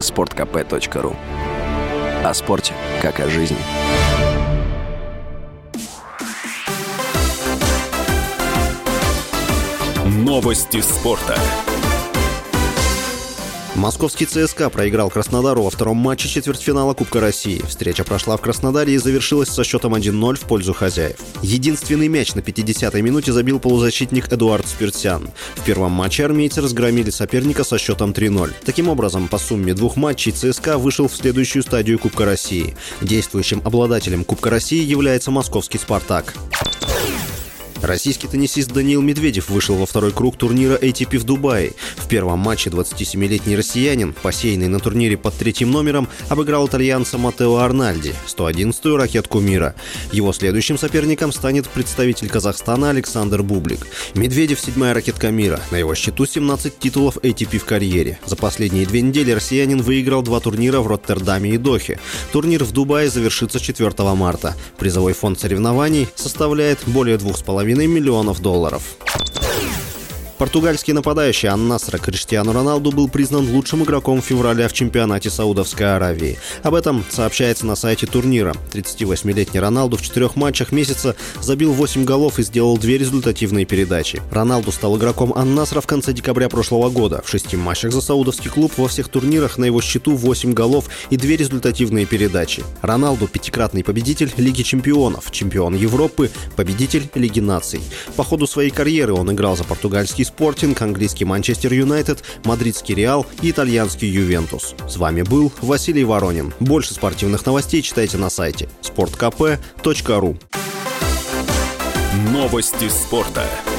sportkp.ru. О спорте, как о жизни. Новости спорта. Московский ЦСКА проиграл Краснодару во втором матче четвертьфинала Кубка России. Встреча прошла в Краснодаре и завершилась со счетом 1-0 в пользу хозяев. Единственный мяч на 50-й минуте забил полузащитник Эдуард Спиртсян. В первом матче армейцы разгромили соперника со счетом 3-0. Таким образом, по сумме двух матчей ЦСКА вышел в следующую стадию Кубка России. Действующим обладателем Кубка России является московский «Спартак». Российский теннисист Даниил Медведев вышел во второй круг турнира ATP в Дубае. В первом матче 27-летний россиянин, посеянный на турнире под третьим номером, обыграл итальянца Маттео Арнальди, 111-ю ракетку мира. Его следующим соперником станет представитель Казахстана Александр Бублик. Медведев — 7-я ракетка мира. На его счету 17 титулов ATP в карьере. За последние 2 недели россиянин выиграл 2 турнира в Роттердаме и Дохе. Турнир в Дубае завершится 4 марта. Призовой фонд соревнований составляет более $2,5 миллионов. Португальский нападающий Ан-Насра Криштиану Роналду был признан лучшим игроком февраля в чемпионате Саудовской Аравии. Об этом сообщается на сайте турнира. 38-летний Роналду в 4 матчах месяца забил 8 голов и сделал 2 результативные передачи. Роналду стал игроком Ан-Насра в конце декабря прошлого года. В 6 матчах за саудовский клуб во всех турнирах на его счету 8 голов и 2 результативные передачи. Роналду — 5-кратный победитель Лиги чемпионов, чемпион Европы, победитель Лиги наций. По ходу своей карьеры он играл за португальский Спортинг, английский Манчестер Юнайтед, мадридский Реал и итальянский Ювентус. С вами был Василий Воронин. Больше спортивных новостей читайте на сайте sportkp.ru. Новости спорта.